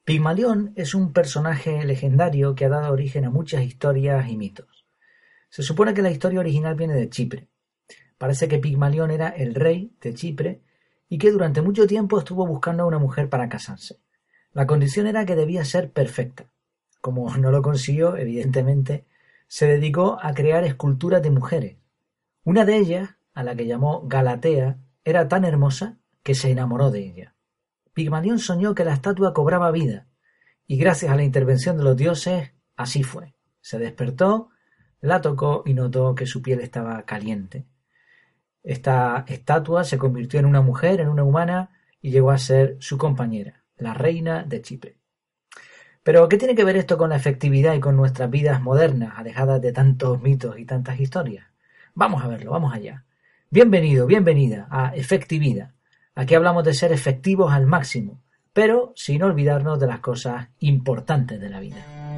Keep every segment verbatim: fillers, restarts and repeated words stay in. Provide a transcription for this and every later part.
Pigmalión es un personaje legendario que ha dado origen a muchas historias y mitos. Se supone que la historia original viene de Chipre. Parece que Pigmalión era el rey de Chipre y que durante mucho tiempo estuvo buscando a una mujer para casarse. La condición era que debía ser perfecta. Como no lo consiguió, evidentemente, se dedicó a crear esculturas de mujeres. Una de ellas, a la que llamó Galatea, era tan hermosa que se enamoró de ella. Pigmalión soñó que la estatua cobraba vida, y gracias a la intervención de los dioses, así fue. Se despertó, la tocó y notó que su piel estaba caliente. Esta estatua se convirtió en una mujer, en una humana, y llegó a ser su compañera, la reina de Chipre. Pero, ¿qué tiene que ver esto con la efectividad y con nuestras vidas modernas, alejadas de tantos mitos y tantas historias? Vamos a verlo, vamos allá. Bienvenido, bienvenida a Efectividad. Aquí hablamos de ser efectivos al máximo, pero sin olvidarnos de las cosas importantes de la vida.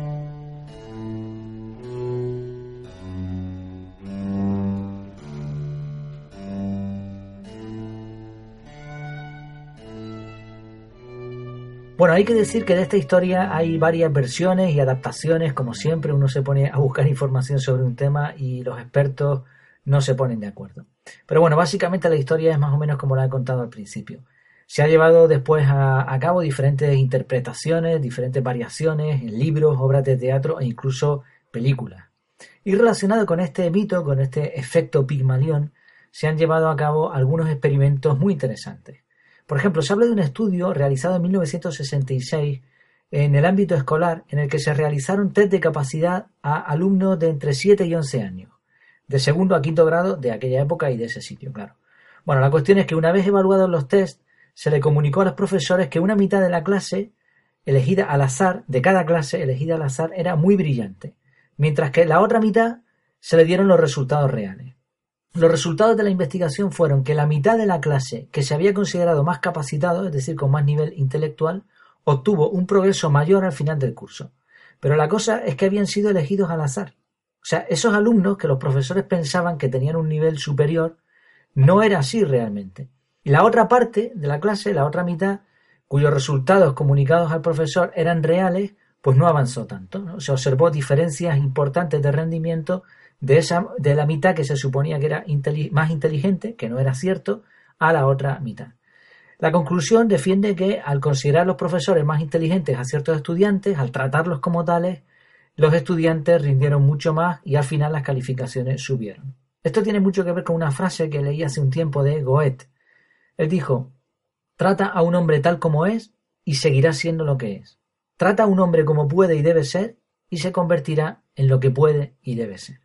Bueno, hay que decir que de esta historia hay varias versiones y adaptaciones. Como siempre, uno se pone a buscar información sobre un tema y los expertos no se ponen de acuerdo. Pero bueno, básicamente la historia es más o menos como la he contado al principio. Se ha llevado después a, a cabo diferentes interpretaciones, diferentes variaciones en libros, obras de teatro e incluso películas. Y relacionado con este mito, con este efecto Pigmalión, se han llevado a cabo algunos experimentos muy interesantes. Por ejemplo, se habla de un estudio realizado en mil novecientos sesenta y seis en el ámbito escolar en el que se realizaron test de capacidad a alumnos de entre siete y once años, de segundo a quinto grado de aquella época y de ese sitio, claro. Bueno, la cuestión es que una vez evaluados los test, se le comunicó a los profesores que una mitad de la clase, elegida al azar, de cada clase elegida al azar, era muy brillante, mientras que la otra mitad se le dieron los resultados reales. Los resultados de la investigación fueron que la mitad de la clase que se había considerado más capacitado, es decir, con más nivel intelectual, obtuvo un progreso mayor al final del curso. Pero la cosa es que habían sido elegidos al azar. O sea, esos alumnos que los profesores pensaban que tenían un nivel superior, no era así realmente. Y la otra parte de la clase, la otra mitad, cuyos resultados comunicados al profesor eran reales, pues no avanzó tanto, ¿no? Se observó diferencias importantes de rendimiento de esa de la mitad que se suponía que era inteli- más inteligente, que no era cierto, a la otra mitad. La conclusión defiende que al considerar a los profesores más inteligentes a ciertos estudiantes, al tratarlos como tales, los estudiantes rindieron mucho más y al final las calificaciones subieron. Esto tiene mucho que ver con una frase que leí hace un tiempo de Goethe. Él dijo: trata a un hombre tal como es y seguirá siendo lo que es. Trata a un hombre como puede y debe ser y se convertirá en lo que puede y debe ser.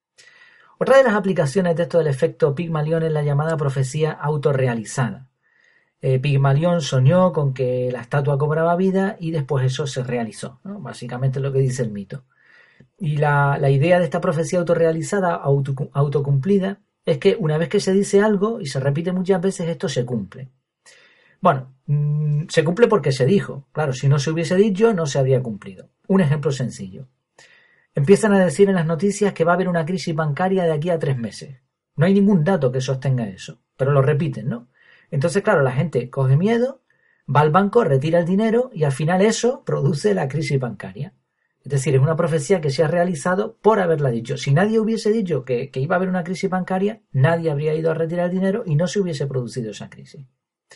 Otra de las aplicaciones de esto del efecto Pigmalión es la llamada profecía autorrealizada. Eh, Pigmalión soñó con que la estatua cobraba vida y después eso se realizó, ¿no? Básicamente es lo que dice el mito. Y la, la idea de esta profecía autorrealizada, auto, autocumplida, es que una vez que se dice algo y se repite muchas veces, esto se cumple. Bueno, mmm, se cumple porque se dijo. Claro, si no se hubiese dicho, no se habría cumplido. Un ejemplo sencillo. Empiezan a decir en las noticias que va a haber una crisis bancaria de aquí a tres meses. No hay ningún dato que sostenga eso, pero lo repiten, ¿no? Entonces, claro, la gente coge miedo, va al banco, retira el dinero y al final eso produce la crisis bancaria. Es decir, es una profecía que se ha realizado por haberla dicho. Si nadie hubiese dicho que, que iba a haber una crisis bancaria, nadie habría ido a retirar el dinero y no se hubiese producido esa crisis.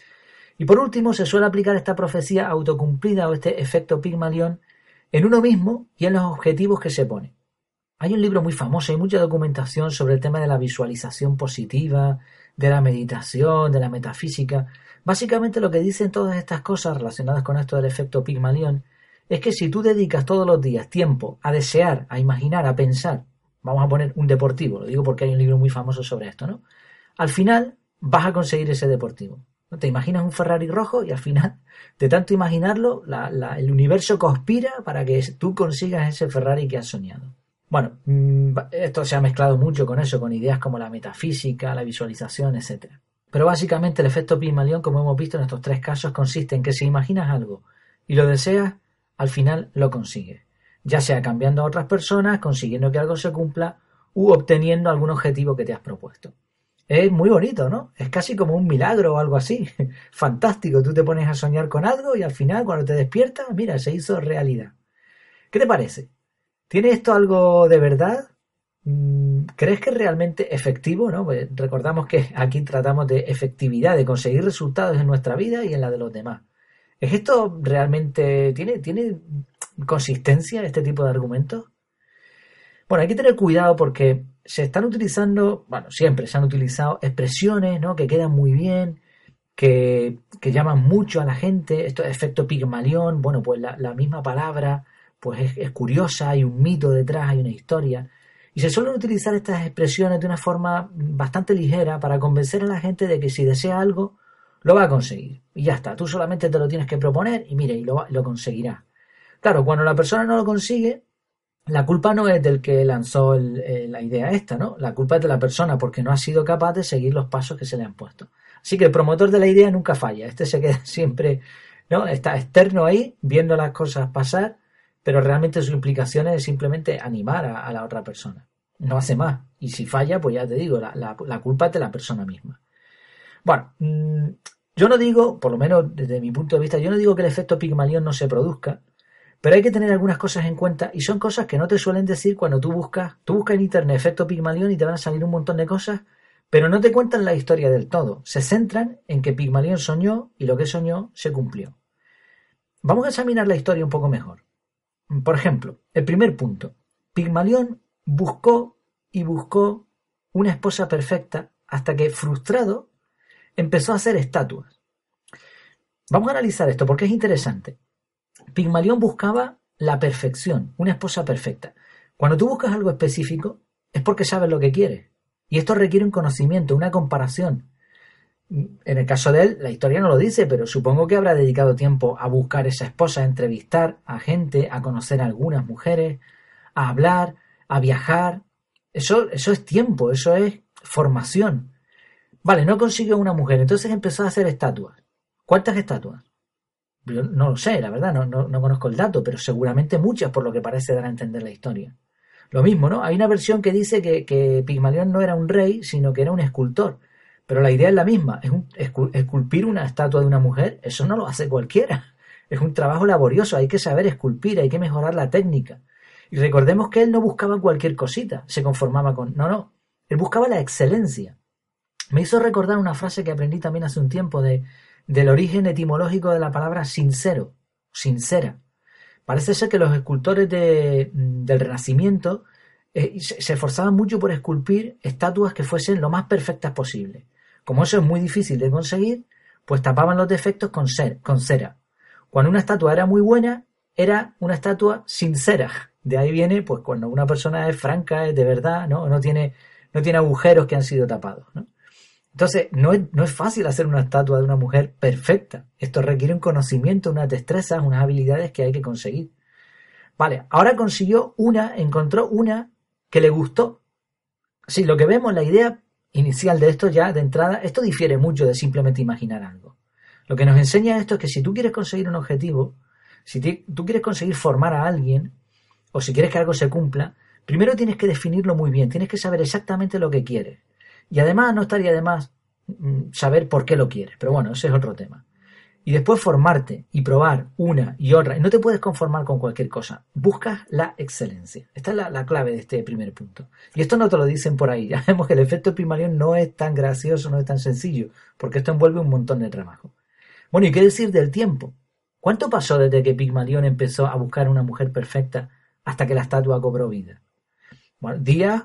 Y por último, se suele aplicar esta profecía autocumplida o este efecto Pigmalión en uno mismo y en los objetivos que se pone. Hay un libro muy famoso, hay mucha documentación sobre el tema de la visualización positiva, de la meditación, de la metafísica. Básicamente lo que dicen todas estas cosas relacionadas con esto del efecto Pigmalión es que si tú dedicas todos los días tiempo a desear, a imaginar, a pensar, vamos a poner un deportivo, lo digo porque hay un libro muy famoso sobre esto, ¿no? Al final vas a conseguir ese deportivo. Te imaginas un Ferrari rojo y al final, de tanto imaginarlo, la, la, el universo conspira para que tú consigas ese Ferrari que has soñado. Bueno, esto se ha mezclado mucho con eso, con ideas como la metafísica, la visualización, etcétera. Pero básicamente el efecto Pigmalión, como hemos visto en estos tres casos, consiste en que si imaginas algo y lo deseas, al final lo consigues. Ya sea cambiando a otras personas, consiguiendo que algo se cumpla u obteniendo algún objetivo que te has propuesto. Es muy bonito, ¿no? Es casi como un milagro o algo así. Fantástico, tú te pones a soñar con algo y al final cuando te despiertas, mira, se hizo realidad. ¿Qué te parece? ¿Tiene esto algo de verdad? ¿Crees que es realmente efectivo? ¿No? Pues recordamos que aquí tratamos de efectividad, de conseguir resultados en nuestra vida y en la de los demás. ¿Es esto realmente, tiene, tiene consistencia este tipo de argumentos? Bueno, hay que tener cuidado porque se están utilizando, bueno, siempre se han utilizado expresiones, ¿no?, que quedan muy bien, que, que llaman mucho a la gente. Esto es efecto Pigmalión. Bueno, pues la, la misma palabra pues es, es curiosa, hay un mito detrás, hay una historia. Y se suelen utilizar estas expresiones de una forma bastante ligera para convencer a la gente de que si desea algo, lo va a conseguir. Y ya está, tú solamente te lo tienes que proponer y mire, y lo, lo conseguirá. Claro, cuando la persona no lo consigue, la culpa no es del que lanzó el, el, la idea esta, ¿no? La culpa es de la persona porque no ha sido capaz de seguir los pasos que se le han puesto. Así que el promotor de la idea nunca falla. Este se queda siempre, ¿no? Está externo ahí, viendo las cosas pasar, pero realmente su implicación es simplemente animar a, a la otra persona. No hace más. Y si falla, pues ya te digo, la, la, la culpa es de la persona misma. Bueno, mmm, yo no digo, por lo menos desde mi punto de vista, yo no digo que el efecto Pigmalión no se produzca, pero hay que tener algunas cosas en cuenta y son cosas que no te suelen decir cuando tú buscas, tú buscas en internet efecto Pigmalión y te van a salir un montón de cosas, pero no te cuentan la historia del todo. Se centran en que Pigmalión soñó y lo que soñó se cumplió. Vamos a examinar la historia un poco mejor. Por ejemplo, el primer punto. Pigmalión buscó y buscó una esposa perfecta hasta que, frustrado, empezó a hacer estatuas. Vamos a analizar esto porque es interesante. Pigmalión buscaba la perfección, una esposa perfecta. Cuando tú buscas algo específico, es porque sabes lo que quieres. Y esto requiere un conocimiento, una comparación. En el caso de él, la historia no lo dice, pero supongo que habrá dedicado tiempo a buscar esa esposa, a entrevistar a gente, a conocer a algunas mujeres, a hablar, a viajar. Eso, eso es tiempo, eso es formación. Vale, no consiguió una mujer, entonces empezó a hacer estatuas. ¿Cuántas estatuas? Yo no lo sé, la verdad, no, no, no conozco el dato, pero seguramente muchas, por lo que parece dar a entender la historia. Lo mismo, ¿no? Hay una versión que dice que, que Pigmalión no era un rey, sino que era un escultor. Pero la idea es la misma, es un, esculpir una estatua de una mujer, eso no lo hace cualquiera. Es un trabajo laborioso, hay que saber esculpir, hay que mejorar la técnica. Y recordemos que él no buscaba cualquier cosita, se conformaba con... No, no, él buscaba la excelencia. Me hizo recordar una frase que aprendí también hace un tiempo de, del origen etimológico de la palabra sincero, sincera. Parece ser que los escultores de, del Renacimiento eh, se, se esforzaban mucho por esculpir estatuas que fuesen lo más perfectas posible. Como eso es muy difícil de conseguir, pues tapaban los defectos con, ser, con cera. Cuando una estatua era muy buena, era una estatua sincera. De ahí viene, pues cuando una persona es franca, es de verdad, ¿no? No tiene, no tiene agujeros que han sido tapados, ¿no? Entonces, no es, no es fácil hacer una estatua de una mujer perfecta. Esto requiere un conocimiento, unas destrezas, unas habilidades que hay que conseguir. Vale, ahora consiguió una, encontró una que le gustó. Sí, lo que vemos, la idea inicial de esto ya de entrada, esto difiere mucho de simplemente imaginar algo. Lo que nos enseña esto es que si tú quieres conseguir un objetivo, si te, tú quieres conseguir formar a alguien, o si quieres que algo se cumpla, primero tienes que definirlo muy bien, tienes que saber exactamente lo que quieres. Y además no estaría de más saber por qué lo quieres, pero bueno, ese es otro tema. Y después formarte y probar una y otra. Y no te puedes conformar con cualquier cosa. Buscas la excelencia. Esta es la, la clave de este primer punto. Y esto no te lo dicen por ahí. Ya vemos que el efecto Pigmalión no es tan gracioso, no es tan sencillo, porque esto envuelve un montón de trabajo. Bueno, ¿y qué decir del tiempo? ¿Cuánto pasó desde que Pigmalión empezó a buscar una mujer perfecta hasta que la estatua cobró vida? Bueno, días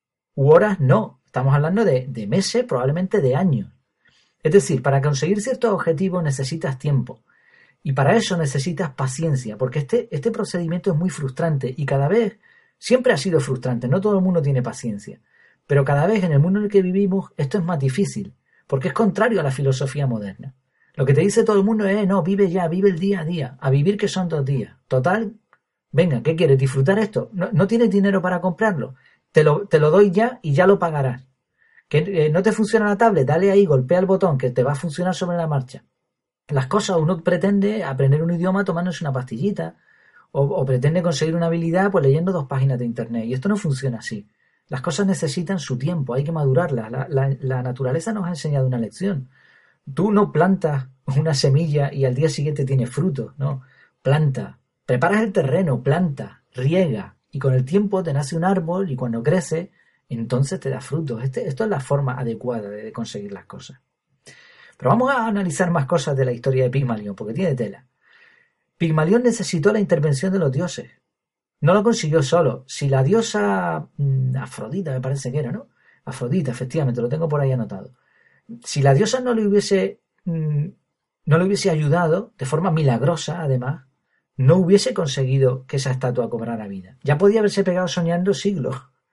u horas no. Estamos hablando de, de meses, probablemente de años. Es decir, para conseguir ciertos objetivos necesitas tiempo. Y para eso necesitas paciencia, porque este, este procedimiento es muy frustrante y cada vez, siempre ha sido frustrante, no todo el mundo tiene paciencia. Pero cada vez en el mundo en el que vivimos esto es más difícil, porque es contrario a la filosofía moderna. Lo que te dice todo el mundo es, no, vive ya, vive el día a día, a vivir que son dos días. Total, venga, ¿qué quieres? ¿Disfrutar esto? ¿No, no tienes dinero para comprarlo? Te lo, te lo doy ya y ya lo pagarás. ¿Que eh, no te funciona la tablet? Dale ahí, golpea el botón que te va a funcionar sobre la marcha. Las cosas, uno pretende aprender un idioma tomándose una pastillita o, o pretende conseguir una habilidad pues leyendo dos páginas de internet y esto no funciona así. Las cosas necesitan su tiempo, hay que madurarlas. La, la, la naturaleza nos ha enseñado una lección. Tú no plantas una semilla y al día siguiente tienes frutos, no. Planta, preparas el terreno, planta, riega y con el tiempo te nace un árbol y cuando crece, entonces te da frutos. Este, esto es la forma adecuada de, de conseguir las cosas. Pero vamos a analizar más cosas de la historia de Pigmalión, porque tiene tela. Pigmalión necesitó la intervención de los dioses. No lo consiguió solo. Si la diosa mmm, Afrodita, me parece que era, ¿no? Afrodita, efectivamente, lo tengo por ahí anotado. Si la diosa no le hubiese, mmm, no le hubiese ayudado, de forma milagrosa, además, no hubiese conseguido que esa estatua cobrara vida. Ya podía haberse pegado soñando siglos.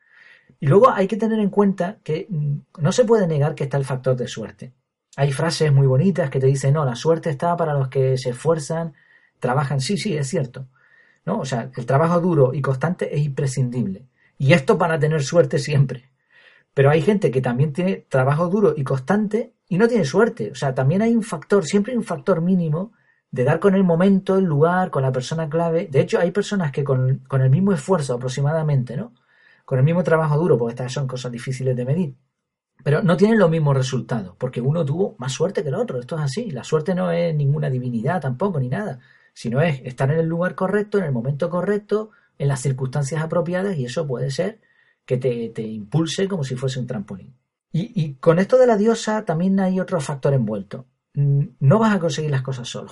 Y luego hay que tener en cuenta que mmm, no se puede negar que está el factor de suerte. Hay frases muy bonitas que te dicen, no, la suerte está para los que se esfuerzan, trabajan. Sí, sí, es cierto, ¿no? O sea, el trabajo duro y constante es imprescindible. Y esto para tener suerte siempre. Pero hay gente que también tiene trabajo duro y constante y no tiene suerte. O sea, también hay un factor, siempre hay un factor mínimo de dar con el momento, el lugar, con la persona clave. De hecho, hay personas que con, con el mismo esfuerzo aproximadamente, ¿no? Con el mismo trabajo duro, porque estas son cosas difíciles de medir, pero no tienen los mismos resultados, porque uno tuvo más suerte que el otro. Esto es así. La suerte no es ninguna divinidad tampoco, ni nada, sino es estar en el lugar correcto, en el momento correcto, en las circunstancias apropiadas, y eso puede ser que te, te impulse como si fuese un trampolín. Y, y con esto de la diosa también hay otro factor envuelto. No vas a conseguir las cosas solo.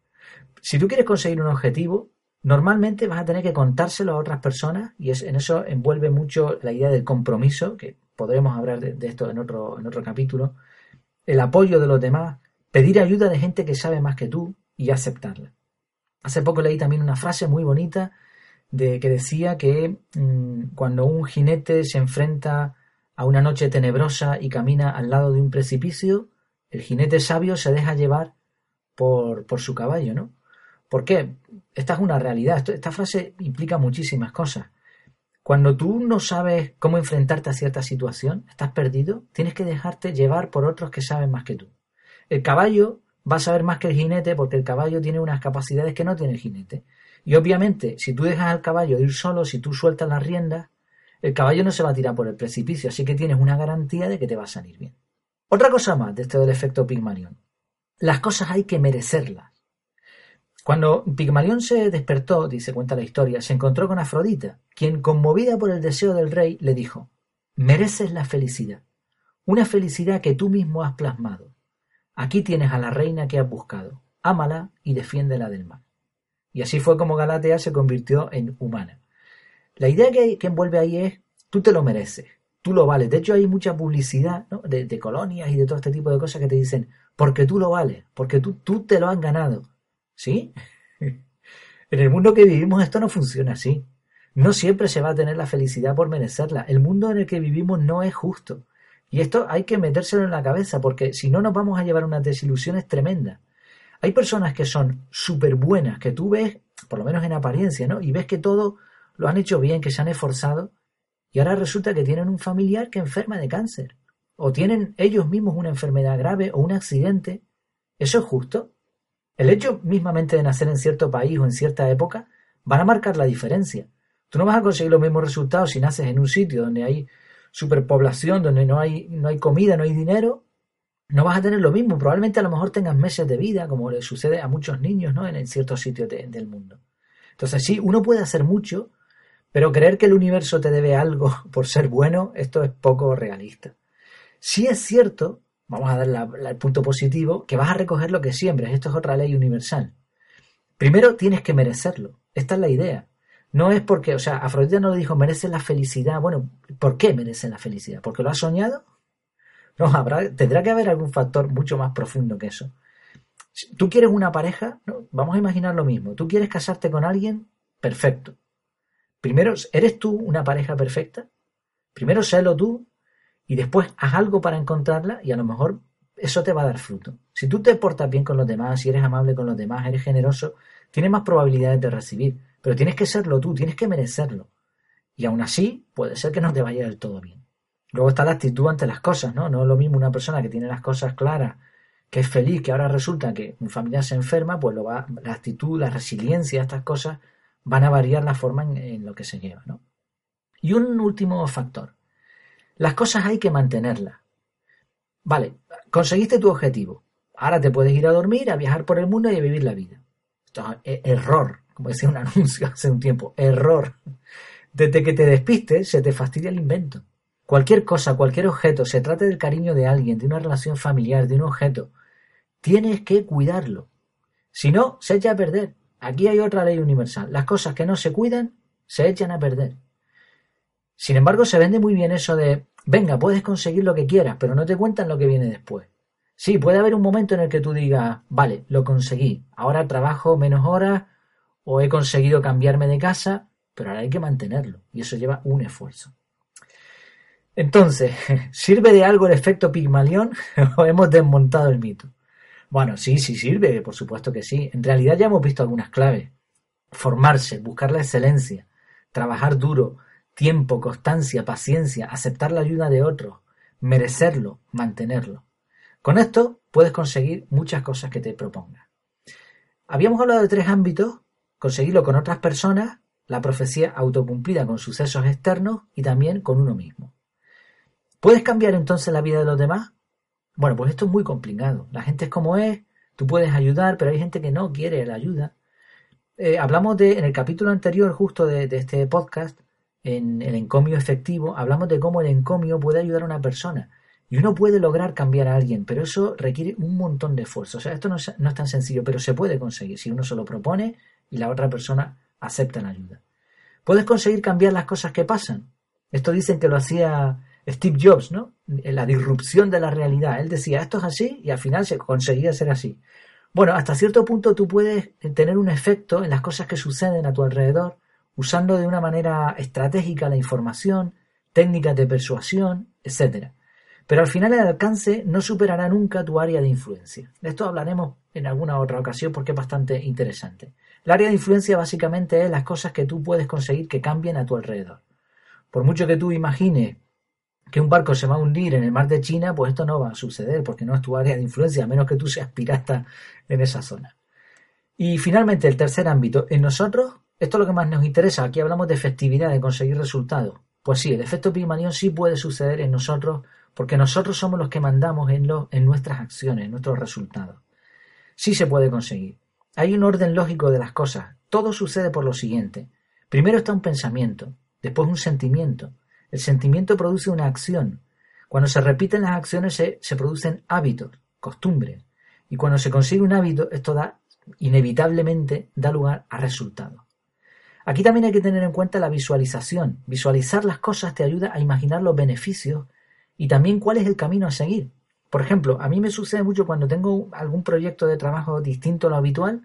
Si tú quieres conseguir un objetivo, normalmente vas a tener que contárselo a otras personas, y es, en eso envuelve mucho la idea del compromiso, que podremos hablar de, de esto en otro, en otro capítulo, el apoyo de los demás, pedir ayuda de gente que sabe más que tú y aceptarla. Hace poco leí también una frase muy bonita de que decía que mmm, cuando un jinete se enfrenta a una noche tenebrosa y camina al lado de un precipicio, el jinete sabio se deja llevar por, por su caballo, ¿no? ¿Por qué? Esta es una realidad. Esto, esta frase implica muchísimas cosas. Cuando tú no sabes cómo enfrentarte a cierta situación, estás perdido, tienes que dejarte llevar por otros que saben más que tú. El caballo va a saber más que el jinete porque el caballo tiene unas capacidades que no tiene el jinete. Y obviamente, si tú dejas al caballo ir solo, si tú sueltas las riendas, el caballo no se va a tirar por el precipicio, así que tienes una garantía de que te va a salir bien. Otra cosa más de esto del efecto Pigmalión. Las cosas hay que merecerlas. Cuando Pigmalión se despertó, dice, cuenta la historia, se encontró con Afrodita, quien, conmovida por el deseo del rey, le dijo: mereces la felicidad, una felicidad que tú mismo has plasmado. Aquí tienes a la reina que has buscado, ámala y defiéndela del mal. Y así fue como Galatea se convirtió en humana. La idea que, que envuelve ahí es, tú te lo mereces, tú lo vales. De hecho, hay mucha publicidad, ¿no? de, de colonias y de todo este tipo de cosas que te dicen, porque tú lo vales, porque tú, tú te lo has ganado. ¿Sí? En el mundo que vivimos esto no funciona así. No siempre se va a tener la felicidad por merecerla. El mundo en el que vivimos no es justo. Y esto hay que metérselo en la cabeza, porque si no nos vamos a llevar unas desilusiones tremendas. Hay personas que son súper buenas, que tú ves, por lo menos en apariencia, ¿no? Y ves que todo lo han hecho bien, que se han esforzado, y ahora resulta que tienen un familiar que enferma de cáncer. O tienen ellos mismos una enfermedad grave o un accidente. ¿Eso es justo? El hecho mismamente de nacer en cierto país o en cierta época van a marcar la diferencia. Tú no vas a conseguir los mismos resultados si naces en un sitio donde hay superpoblación, donde no hay, no hay comida, no hay dinero. No vas a tener lo mismo. Probablemente a lo mejor tengas meses de vida, como le sucede a muchos niños, ¿no? en, en ciertos sitios de, del mundo. Entonces sí, uno puede hacer mucho, pero creer que el universo te debe algo por ser bueno, esto es poco realista. Sí es cierto, vamos a dar la, la, el punto positivo, que vas a recoger lo que siembres. Esto es otra ley universal. Primero tienes que merecerlo. Esta es la idea. No es porque, o sea, Afrodita no le dijo, mereces la felicidad. Bueno, ¿por qué mereces la felicidad? ¿Porque lo has soñado? No, habrá, tendrá que haber algún factor mucho más profundo que eso. ¿Tú quieres una pareja? No, vamos a imaginar lo mismo. ¿Tú quieres casarte con alguien? Perfecto. Primero, ¿eres tú una pareja perfecta? Primero sélo tú y después haz algo para encontrarla y a lo mejor eso te va a dar fruto. Si tú te portas bien con los demás, si eres amable con los demás, eres generoso, tienes más probabilidades de recibir. Pero tienes que serlo tú, tienes que merecerlo. Y aún así, puede ser que no te vaya del todo bien. Luego está la actitud ante las cosas, ¿no? No es lo mismo una persona que tiene las cosas claras, que es feliz, que ahora resulta que un familiar se enferma, pues lo va, la actitud, la resiliencia, estas cosas van a variar la forma en, en lo que se lleva, ¿no? Y un último factor. Las cosas hay que mantenerlas. Vale, conseguiste tu objetivo. Ahora te puedes ir a dormir, a viajar por el mundo y a vivir la vida. Esto es error, como decía un anuncio hace un tiempo, error. Desde que te despistes se te fastidia el invento. Cualquier cosa, cualquier objeto, se trate del cariño de alguien, de una relación familiar, de un objeto, tienes que cuidarlo. Si no, se echa a perder. Aquí hay otra ley universal. Las cosas que no se cuidan, se echan a perder. Sin embargo, se vende muy bien eso de, venga, puedes conseguir lo que quieras, pero no te cuentan lo que viene después. Sí, puede haber un momento en el que tú digas, vale, lo conseguí, ahora trabajo menos horas o he conseguido cambiarme de casa, pero ahora hay que mantenerlo y eso lleva un esfuerzo. Entonces, ¿sirve de algo el efecto Pigmalión o hemos desmontado el mito? Bueno, sí, sí sirve, por supuesto que sí. En realidad ya hemos visto algunas claves. Formarse, buscar la excelencia, trabajar duro, tiempo, constancia, paciencia, aceptar la ayuda de otros, merecerlo, mantenerlo. Con esto puedes conseguir muchas cosas que te propongas. Habíamos hablado de tres ámbitos: conseguirlo con otras personas, la profecía autocumplida con sucesos externos y también con uno mismo. ¿Puedes cambiar entonces la vida de los demás? Bueno, pues esto es muy complicado. La gente es como es, tú puedes ayudar, pero hay gente que no quiere la ayuda. Eh, hablamos de, en el capítulo anterior justo de, de este podcast, en el encomio efectivo, hablamos de cómo el encomio puede ayudar a una persona. Y uno puede lograr cambiar a alguien, pero eso requiere un montón de esfuerzo. O sea, esto no es, no es tan sencillo, pero se puede conseguir si uno se lo propone y la otra persona acepta la ayuda. ¿Puedes conseguir cambiar las cosas que pasan? Esto dicen que lo hacía Steve Jobs, ¿no? La disrupción de la realidad. Él decía, esto es así, y al final se conseguía ser así. Bueno, hasta cierto punto tú puedes tener un efecto en las cosas que suceden a tu alrededor, usando de una manera estratégica la información, técnicas de persuasión, etcétera. Pero al final el alcance no superará nunca tu área de influencia. De esto hablaremos en alguna otra ocasión porque es bastante interesante. El área de influencia básicamente es las cosas que tú puedes conseguir que cambien a tu alrededor. Por mucho que tú imagines que un barco se va a hundir en el mar de China, pues esto no va a suceder porque no es tu área de influencia, a menos que tú seas pirata en esa zona. Y finalmente el tercer ámbito, en nosotros, esto es lo que más nos interesa. Aquí hablamos de efectividad, de conseguir resultados. Pues sí, el efecto Pigmalión sí puede suceder en nosotros porque nosotros somos los que mandamos en, lo, en nuestras acciones, en nuestros resultados. Sí se puede conseguir. Hay un orden lógico de las cosas. Todo sucede por lo siguiente. Primero está un pensamiento, después un sentimiento. El sentimiento produce una acción. Cuando se repiten las acciones se, se producen hábitos, costumbres. Y cuando se consigue un hábito, esto da, inevitablemente da lugar a resultados. Aquí también hay que tener en cuenta la visualización. Visualizar las cosas te ayuda a imaginar los beneficios y también cuál es el camino a seguir. Por ejemplo, a mí me sucede mucho cuando tengo algún proyecto de trabajo distinto a lo habitual.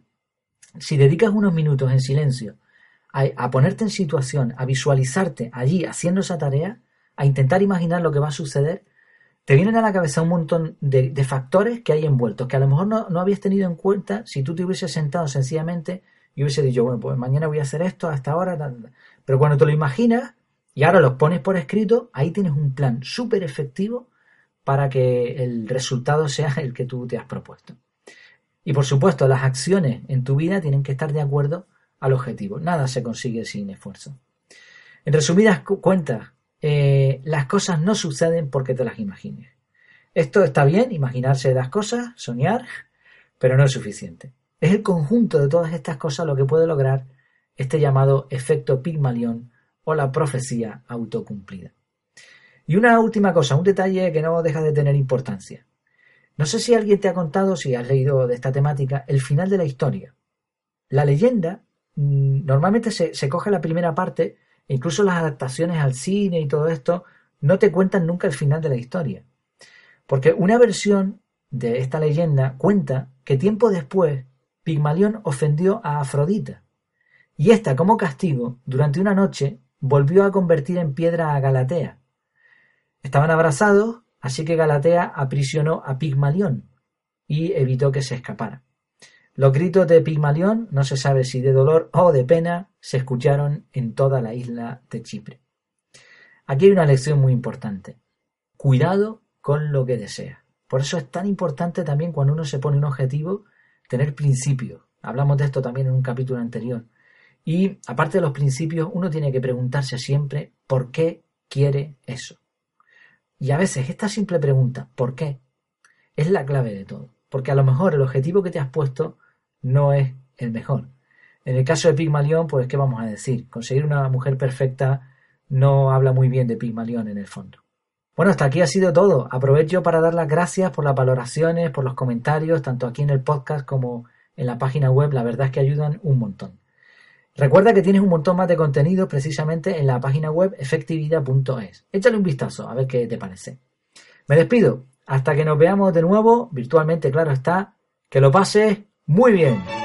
Si dedicas unos minutos en silencio a, a ponerte en situación, a visualizarte allí haciendo esa tarea, a intentar imaginar lo que va a suceder, te vienen a la cabeza un montón de, de factores que hay envueltos, que a lo mejor no, no habías tenido en cuenta si tú te hubieses sentado sencillamente y hubiese dicho, bueno, pues mañana voy a hacer esto hasta ahora. Pero cuando te lo imaginas y ahora los pones por escrito, ahí tienes un plan súper efectivo para que el resultado sea el que tú te has propuesto. Y por supuesto, las acciones en tu vida tienen que estar de acuerdo al objetivo. Nada se consigue sin esfuerzo. En resumidas cuentas, eh, las cosas no suceden porque te las imagines. Esto está bien, imaginarse las cosas, soñar, pero no es suficiente. Es el conjunto de todas estas cosas lo que puede lograr este llamado efecto Pigmalión o la profecía autocumplida. Y una última cosa, un detalle que no deja de tener importancia. No sé si alguien te ha contado, si has leído de esta temática, el final de la historia. La leyenda mmm, normalmente se, se coge la primera parte, e incluso las adaptaciones al cine y todo esto no te cuentan nunca el final de la historia. Porque una versión de esta leyenda cuenta que tiempo después Pigmalión ofendió a Afrodita y ésta, como castigo, durante una noche volvió a convertir en piedra a Galatea. Estaban abrazados, así que Galatea aprisionó a Pigmalión y evitó que se escapara. Los gritos de Pigmalión, no se sabe si de dolor o de pena, se escucharon en toda la isla de Chipre. Aquí hay una lección muy importante. Cuidado con lo que deseas. Por eso es tan importante también cuando uno se pone un objetivo, tener principios. Hablamos de esto también en un capítulo anterior. Y aparte de los principios, uno tiene que preguntarse siempre por qué quiere eso. Y a veces esta simple pregunta, ¿por qué?, es la clave de todo. Porque a lo mejor el objetivo que te has puesto no es el mejor. En el caso de Pygmalión, pues ¿qué vamos a decir? Conseguir una mujer perfecta no habla muy bien de Pygmalión en el fondo. Bueno, hasta aquí ha sido todo. Aprovecho para dar las gracias por las valoraciones, por los comentarios, tanto aquí en el podcast como en la página web. La verdad es que ayudan un montón. Recuerda que tienes un montón más de contenido precisamente en la página web efectividad punto es. Échale un vistazo a ver qué te parece. Me despido. Hasta que nos veamos de nuevo, virtualmente, claro está. Que lo pases muy bien.